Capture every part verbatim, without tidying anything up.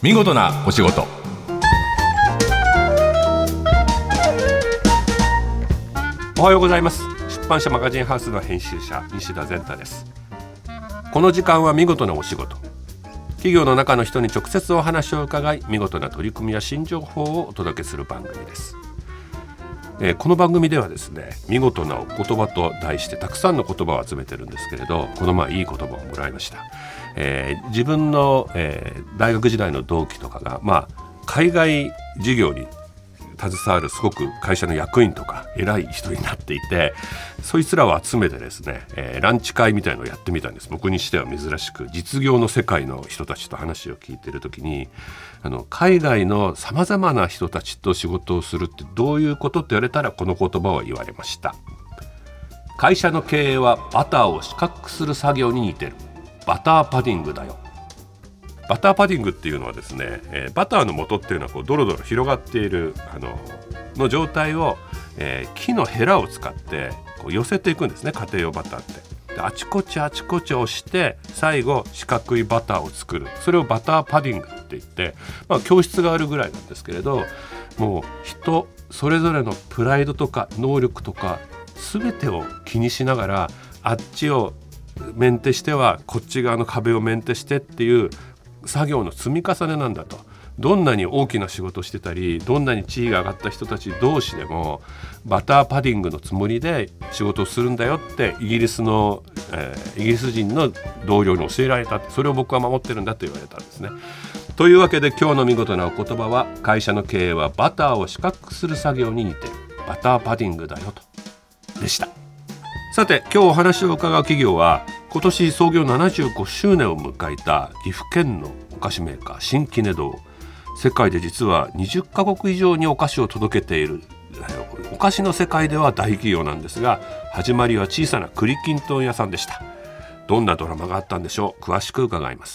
見事なお仕事。 おはようございます。出版社マガジンハウスの編集者西田善太です。この時間は見事なお仕事、企業の中の人に直接お話を伺い、見事な取り組みや新情報をお届けする番組です。えー、この番組ではですね、見事なお言葉と題してたくさんの言葉を集めてるんですけれど、この前いい言葉をもらいました。えー、自分の、えー、大学時代の同期とかが、まあ、海外事業に携わるすごく会社の役員とか偉い人になっていて、そいつらを集めてですね、えー、ランチ会みたいのをやってみたんです。僕にしては珍しく、実業の世界の人たちと話を聞いているときに、あの海外のさまざまな人たちと仕事をするってどういうことって言われたら、この言葉を言われました。会社の経営はバターを四角くする作業に似てる。バターパディングだよ。バターパディングっていうのはですね、えー、バターの元っていうのはこうドロドロ広がっているあのの状態を、えー、木のヘラを使ってこう寄せていくんですね、家庭用バターって。であちこちあちこち押して最後四角いバターを作る。それをバターパディングって言って、まあ、教室があるぐらいなんですけれど、もう人それぞれのプライドとか能力とか全てを気にしながら、あっちをメンテしてはこっち側の壁をメンテしてっていう作業の積み重ねなんだと。どんなに大きな仕事をしてたり、どんなに地位が上がった人たち同士でもバターパディングのつもりで仕事をするんだよってイギリスの、えー、イギリス人の同僚に教えられた。それを僕は守ってるんだと言われたんですね。というわけで今日の見事なお言葉は、会社の経営はバターを四角くする作業に似てる。バターパディングだよとでした。さて今日お話を伺う企業は、今年創業ななじゅうごしゅうねんを迎えた岐阜県のお菓子メーカー新キネ堂。世界で実はにじゅっかこく以上にお菓子を届けている、お菓子の世界では大企業なんですが、始まりは小さな栗きんとん屋さんでした。どんなドラマがあったんでしょう。詳しく伺います。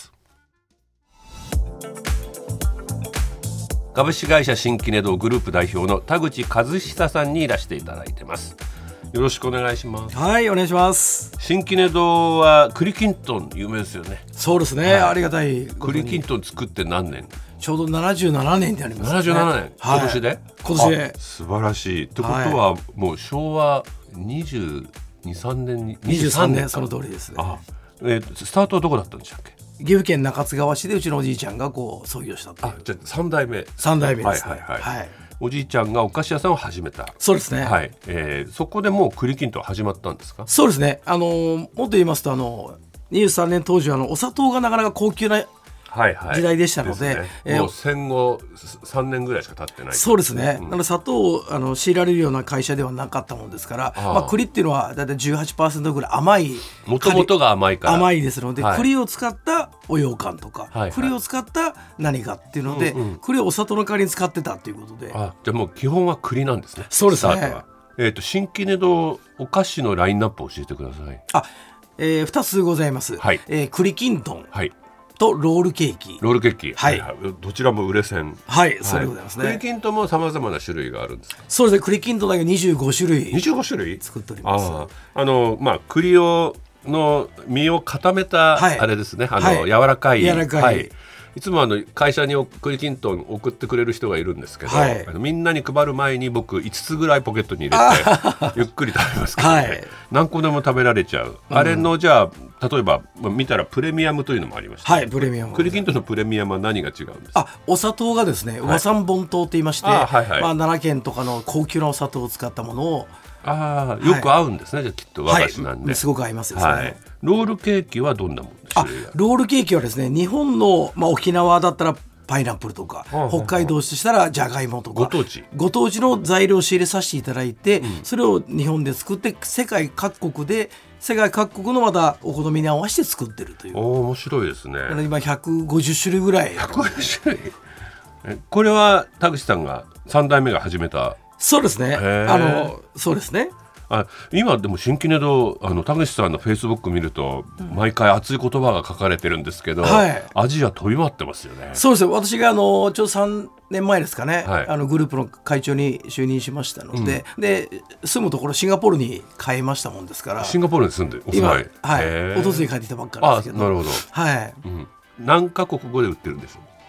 株式会社新キネ堂グループ代表の田口和久さんにいらしていただいてます。よろしくお願いします。 はい、お願いします。 新キネ堂は栗きんとん有名ですよね。 そうですね、はい、ありがたいことに。 栗きんとん作って何年？ ちょうどななじゅうななねんでありますね。 ななじゅうななねん、はい、今年で今年で素晴らしい。ってことは、はい、もう昭和にじゅうに、さんねんににじゅうさんねんその通りですね。 あ、えー、スタートはどこだったんでしたっけ？ 岐阜県中津川市でうちのおじいちゃんがこう創業したという。 あ、じゃあさんだいめ。 さんだいめですね。 はいはいはい、 はい。 おじいちゃんがお菓子屋さんを始めた。 そうですね、 はい。えー、そこでもう栗きんとん始まったんですか？ そうですね、あのー、もっと言いますと、あのにじゅうさんねん当時はあのお砂糖がなかなか高級な時代でしたので、はいはいね、えー、もう戦後さんねんぐらいしか経ってない。 そうですね、うん、なので砂糖をあの強いられるような会社ではなかったものですから、あ、まあ、栗っていうのはだいたい じゅうはちパーセント ぐらい甘い、 もともとが甘いから甘いですので、 はい、 栗を使ったお羊羹とか、はいはい、栗を使った何かっていうので、うんうん、栗をお砂糖の代わりに使ってたということで。 あ、じゃあもう基本は栗なんですね。 そうですね。 スタートは、えーと、新キネ堂お菓子のラインナップを教えてください。 あ、えー、ふたつございます、 はい、 えー、栗きんとん、 はい、 とロールケーキ。 ロールケーキ、 はいはい、どちらも売れ線。 はい、そうでございますね。 栗きんとんもさまざまな種類があるんですか？ そうですね、栗きんとんだけにじゅうごしゅるいにじゅうごしゅるい作っております。 ああの、まあ、栗をの実を固めた、はい、あれですね、あの、はい、柔らかい、 柔らかい、 はい、いつもあの会社に栗きんとん送ってくれる人がいるんですけど、はい、あのみんなに配る前に僕いつつぐらいポケットに入れてゆっくり食べますけど、ね、はい、何個でも食べられちゃう、うん、あれのじゃあ例えば、まあ、見たらプレミアムというのもありました、 はい、プレミアム。 栗きんとんのプレミアムは何が違うんですか？ あ、お砂糖がですね、和三盆糖と言いまして、はい、はいはい、まあ、奈良県とかの高級なお砂糖を使ったものを、 あ、よく合うんですね、はい、じゃあきっと和菓子なんで、 はい、すごく合いますですね、はい。 ロールケーキはどんなものですか？ ロールケーキはですね、日本の、まあ、沖縄だったらパイナップルとか、はあはあ、北海道としたらじゃがいもとか、 ご当地ご当地の材料を仕入れさせていただいて、うん、それを日本で作って世界各国で世界各国のまたお好みに合わせて作ってるという。 お、面白いですね。 今ひゃくごじゅっしゅるいぐらい。 ひゃくごじゅっしゅるいえこれは田口さんがさんだいめが始めた？ そうですね、あのそうですね。 あ、今でも新キネ堂、あの田口さんのフェイスブック見ると、うん、毎回熱い言葉が書かれてるんですけど、はい、アジア飛び回ってますよね。そうですよ。 私があのちょうどさんねんまえですかね、はい、あのグループの会長に就任しましたので、うん、で住むところシンガポールに変えましたもんですから。 シンガポールに住んでお住まい？ はい、おとつい帰ってきたばっかりですけど。 あ、なるほど、 はい、 うん、何カ国語で売ってるんでしょう？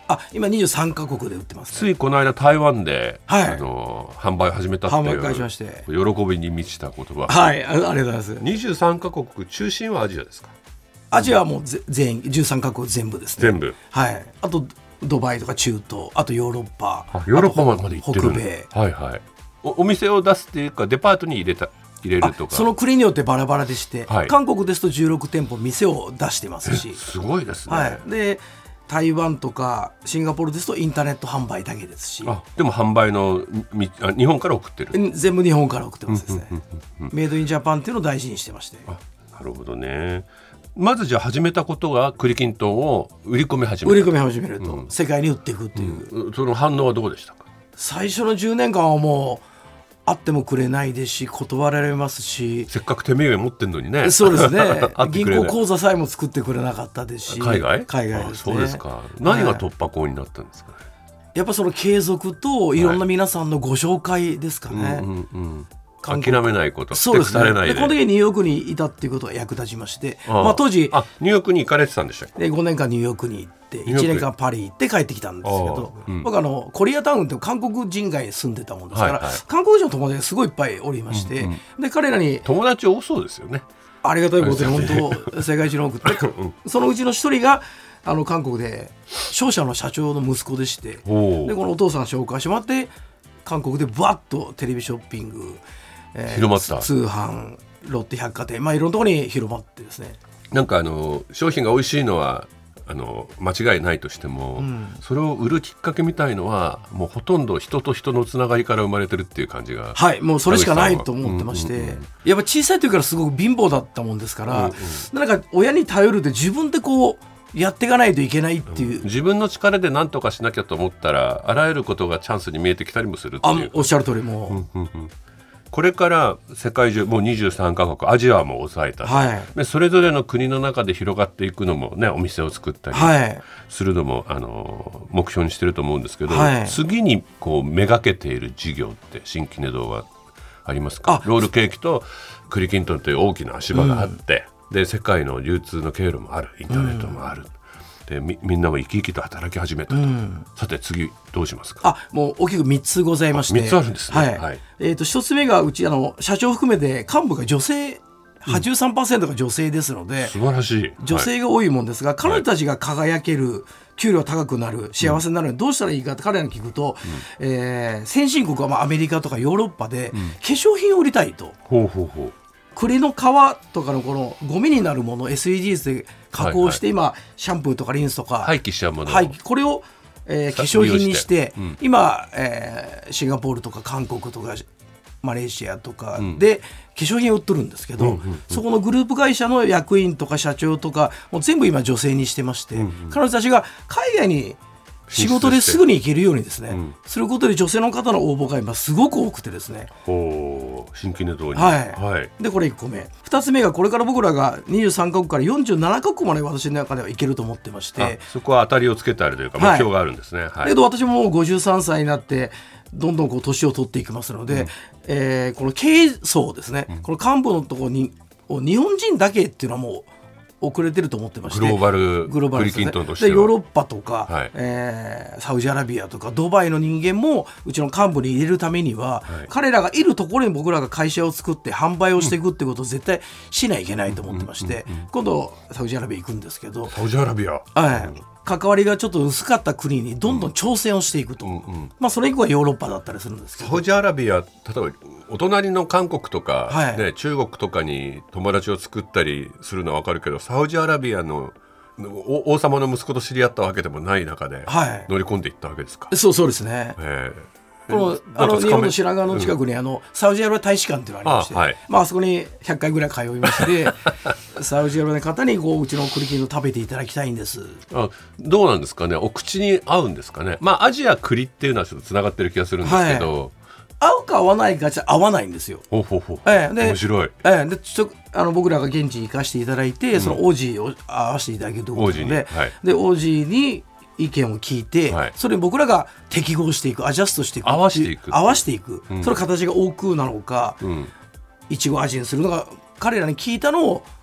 あ今にじゅうさんカ国で売ってます、ね、 ついこの間台湾で、 はい、 あの販売を始めたっていう販売開始まして喜びに満ちた言葉、 はい、ありがとうございます。 にじゅうさんカ国中心はアジアですか？ アジアはもう全員じゅうさんカ国全部ですね。 全部、 はい、あとドバイとか中東、あとヨーロッパ、 ヨーロッパまで行ってる北米、 はいはい、お, お店を出すっていうかデパートに入れた入れるとか、 その国によってバラバラでして、 はい、 韓国ですとじゅうろく店舗店を出してますし、 すごいですね、 はい、で台湾とかシンガポールですとインターネット販売だけですし、 あでも販売のあ日本から送ってる、 全部日本から送ってますですねメイドインジャパンっていうのを大事にしてまして。 あなるほどね。まずじゃあ始めたことが栗きんとんを売り込み始め売り込み始めると、 うん、 世界に売っていくっていう、 うん、その反応はどうでしたか？ 最初のじゅうねんかんはもうあってもくれないですし、断られますし、 せっかく手土産持ってんのにね。 そうですね銀行口座さえも作ってくれなかったですし。 海外海外ですね。 そうですか。何が突破口になったんですかね？ やっぱその継続といろんな皆さんのご紹介ですかね、はい、うんうんうん諦めないこと、 そうですね。 されないで。 でこの時ニューヨークにいたっていうことが役立ちまして、あ、まあ、当時あニューヨークに行かれてたんでしたっけ？ でごねんかんニューヨークに行っていちねんかんパリ行って帰ってきたんですけど、うん、僕あのコリアタウンって韓国人街に住んでたもんですから、はいはい、韓国人の友達がすごいいっぱいおりまして、うんうん、で彼らに友達多そうですよね。 ありがたいことに本当世界一の多くてそのうちの一人があの韓国で商社の社長の息子でして、でこのお父さん紹介してもらって韓国でバッとテレビショッピング、えー、 広まった。 通販、ロッテ百貨店、まあいろんなところに広まってですね。 なんかあの商品が美味しいのはあの間違いないとしても、うん、それを売るきっかけみたいのはもうほとんど人と人のつながりから生まれてるっていう感じが、 はい、もうそれしかないと思ってまして、うんうんうん、やっぱ小さい時からすごく貧乏だったもんですから、うんうん、なんか親に頼るって自分でこうやっていかないといけないっていう、 うん、自分の力で何とかしなきゃと思ったらあらゆることがチャンスに見えてきたりもするっていう。 あ、おっしゃる通りもう、 うんうんうん、これから世界中もうにじゅうさんカ国アジアも抑えた、 はい、 でそれぞれの国の中で広がっていくのもね、お店を作ったりするのも、はい、あの目標にしてると思うんですけど、はい、次にこうめがけている事業って新キネ堂はありますか？ロールケーキと栗きんとんという大きな足場があって、うん、で世界の流通の経路もある、インターネットもある、うん、で み, みんなも生き生きと働き始めたと、うん、さて次どうしますか？ あ、もう大きくみっつございまして、 みっつあるんですね、 はいはい、えー、とひとつめがうちあの社長含めて幹部が女性はちじゅうさんパーセント が女性ですので、 うん、素晴らしい女性が多いもんですが、はい、彼女たちが輝ける、給料高くなる、幸せになるのにどうしたらいいかって彼らに聞くと、うん、えー、先進国はまあアメリカとかヨーロッパで化粧品を売りたいと、 うん、ほうほうほう、 栗の皮とかのこのゴミになるもの エスディージーズ で加工して、はいはい、今シャンプーとかリンスとか廃棄しちゃうもの、 はい、これを、えー、化粧品にして、うん、今、えー、シンガポールとか韓国とかマレーシアとかで、うん、化粧品を売っとるんですけど、うんうんうん、そこのグループ会社の役員とか社長とかもう全部今女性にしてまして、うんうん、彼女たちが海外に仕事ですぐに行けるようにですね、うん、することで女性の方の応募が今すごく多くてですね、 お新規ネットに、 はいはい、でこれいっこめ、ふたつめがこれから僕らがにじゅうさんカ国からよんじゅうななカ国まで私の中ではいけると思ってまして、 そこは当たりをつけてあるというか目標があるんですね、はいはい、 だけど私ももうごじゅうさんさいになってどんどんこう年を取っていきますので、うん、えー、この経営層ですね、うん、この幹部のところに日本人だけっていうのはもう遅れてると思ってまして、 グローバルグローバルですね、 栗きんとんとしてはでヨーロッパとか、 はい、 えー、サウジアラビアとかドバイの人間もうちの幹部に入れるためには、はい、彼らがいるところに僕らが会社を作って販売をしていくってことを絶対しないといけないと思ってまして、うんうんうんうん、今度サウジアラビア行くんですけど、 サウジアラビア、 はい、うん、関わりがちょっと薄かった国にどんどん挑戦をしていくと、うんうんうん、まあ、それ以降はヨーロッパだったりするんですけど、 サウジアラビア、例えばお隣の韓国とか、 はいね、中国とかに友達を作ったりするのは分かるけど、サウジアラビアの王様の息子と知り合ったわけでもない中で乗り込んでいったわけですか？ はい、そうそうですね、 えー、 このあの日本の白川の近くにあの、うん、サウジアラビア大使館っていうのがありまして、 あ,、はい、まあ、あそこにひゃっかいぐらい通いましてサウジアラビアの方にこううちの栗きんとん食べていただきたいんです。 あ、どうなんですかね、お口に合うんですかね。まあアジア栗っていうのはちょっとつながってる気がするんですけど、はい、 合うか合わないかじゃ合わないんですよ。 ほうほうほう、 ええ、で面白い、 ええ、でちょあの僕らが現地に行かせていただいて、うん、その王子を合わせていただけるということで、はい、で王子に意見を聞いて、はい、それに僕らが適合していく、アジャストしていく、 合わしていく合わしていく、うん、その形が欧空なのか、 うん、 いちご味にするのが彼らに聞いたのを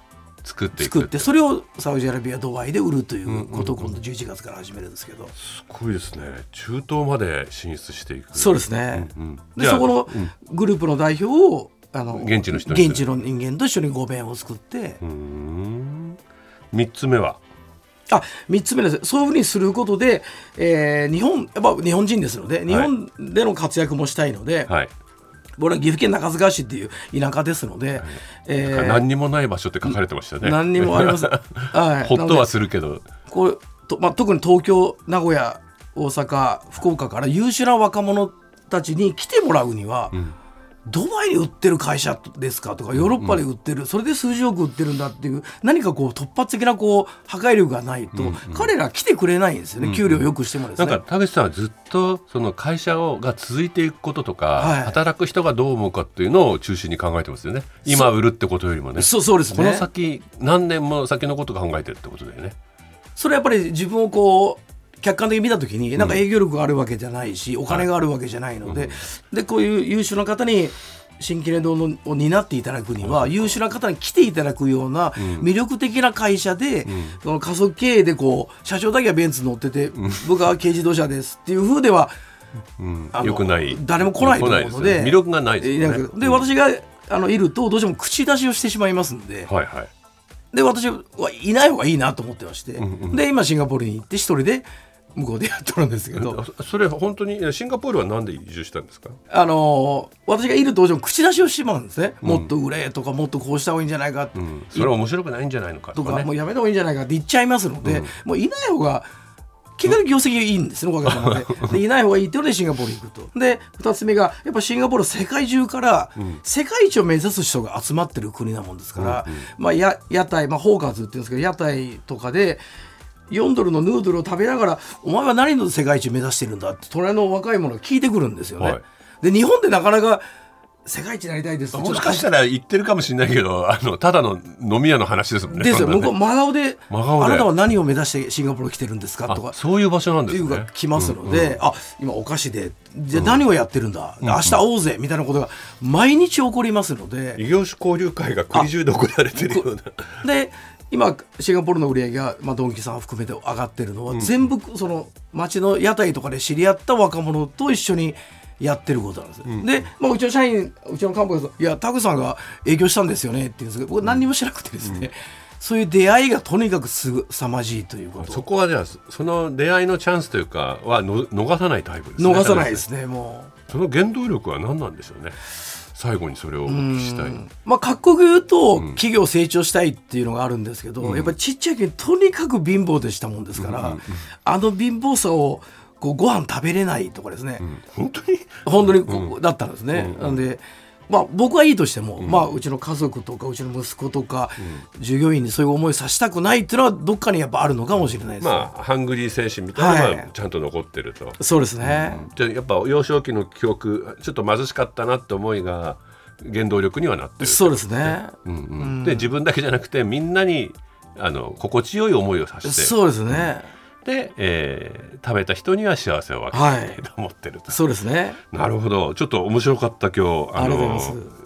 作っていく作ってそれをサウジアラビアドバイで売るということを今度じゅういちがつから始めるんですけど、 すごいですね。中東まで進出していく。 そうですね、 うんうん、 でそこのグループの代表をあの現地の人に現地の人間と一緒にご弁を作って、 うーんみっつめはあみっつめです。そういうふうにすることで、えー、日本やっぱ日本人ですので日本での活躍もしたいので、はい、僕は岐阜県中津川市っていう田舎ですので、はいえー、何にもない場所って書かれてましたね。 何にもありません、はい、 ほっとはするけどこうと、まあ、特に東京名古屋大阪福岡から優秀な若者たちに来てもらうには、うんドバイに売ってる会社ですかとかヨーロッパで売ってる、うん、それで数十億売ってるんだっていう何かこう突発的なこう破壊力がないと、うんうん、彼ら来てくれないんですよね、うんうん、給料よくしてもですね。 なんか田口さんはずっとその会社をが続いていくこととか、はい、働く人がどう思うかっていうのを中心に考えてますよね。今売るってことよりもね。 そう、そうですね。 この先何年も先のことを考えてるってことだよね。 それはやっぱり自分をこう客観的に見たときになんか営業力があるわけじゃないし、うん、お金があるわけじゃないので、はいうん、でこういう優秀な方に新規年度を担っていただくには、うん、優秀な方に来ていただくような魅力的な会社で、うん、その家族経営でこう社長だけはベンツ乗ってて、うん、僕は軽自動車ですっていう風では、 うん、よくない誰も来ないと思うので、 魅力がないですよね。 で、うん、私があのいるとどうしても口出しをしてしまいますんで、はいはい、で私はいない方がいいなと思ってまして、うんうん、で今シンガポールに行って一人で向こうでやっとるんですけど、 それ本当にシンガポールはなんで移住したんですか？ あの私がいるとどうしても口出しをしてしまうんですね、うん、もっと売れとかもっとこうした方がいいんじゃないか、うん、 それは面白くないんじゃないのかとか、ね、 とかもうやめた方がいいんじゃないかって言っちゃいますので、うん、もういない方が結果的に業績いいんですね、おかげさまで。でいない方がいいっていうのでシンガポールに行くと。でふたつめがやっぱシンガポール世界中から世界一を目指す人が集まってる国なもんですから、うんうんまあ、や屋台、まあ、ホーカーズっていうんですけど屋台とかでよんドルのヌードルを食べながらお前は何の世界一目指してるんだって隣の若い者が聞いてくるんですよね、はい、で日本でなかなか世界一になりたいですもしかしたら言ってるかもしれないけどあのただの飲み屋の話ですもんね。 ですよ、向こう真顔で真顔であなたは何を目指してシンガポール来てるんですかとかそういう場所なんですねっていうか来ますので、うんうん、あ今お菓子でじゃあ何をやってるんだ、うん、明日会おうぜみたいなことが毎日起こりますので、 異業種交流会が国中で行われてるようなで今シンガポールの売り上げが、まあ、ドンキさんを含めて上がってるのは、うん、全部その街の屋台とかで知り合った若者と一緒にやってることなんです、うん、で、まあ、うちの社員うちの幹部がいやタグさんが営業したんですよねって言うんですけど僕何にもしなくてですね、うん、そういう出会いがとにかくすさまじいということ。 そこはじゃあその出会いのチャンスというかはの逃さないタイプですね。 逃さないですね。もうその原動力は何なんでしょうね。最後にそれをお聞きしたい。 まあ、かっこよく言うと、うん、企業成長したいっていうのがあるんですけど、うん、やっぱりちっちゃい時にとにかく貧乏でしたもんですから、うんうんうん、あの貧乏さをこうご飯食べれないとかですね、うん、 本当に本当にこうだったんですね、うん、なんで、まあ、僕はいいとしても、うんまあ、うちの家族とかうちの息子とか、うん、従業員にそういう思いさせたくないっていうのはどっかにやっぱあるのかもしれないです、ね。 まあ、ハングリー精神みたいなのがちゃんと残ってると、はい、 そうですね、 うん、じゃあやっぱ幼少期の記憶ちょっと貧しかったなって思いが原動力にはなってる。 そうですね、 うんうん、で自分だけじゃなくてみんなにあの心地よい思いをさせて、 そうですね、 で、えー、食べた人には幸せを分けたいと思ってると、 はい、そうですね。 なるほど、ちょっと面白かった今日。あのありがとうございます。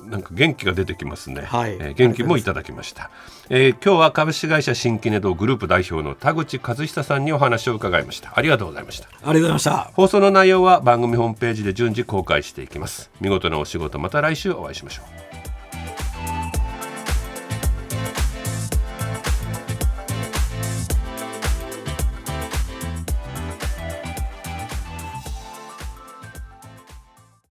なんか元気が出てきますね、はいえー、元気もいただきました。えー、今日は株式会社新規ネドグループ代表の田口和久さんにお話を伺いました。ありがとうございました。 ありがとうございました。 放送の内容は番組ホームページで順次公開していきます。見事なお仕事、また来週お会いしましょう。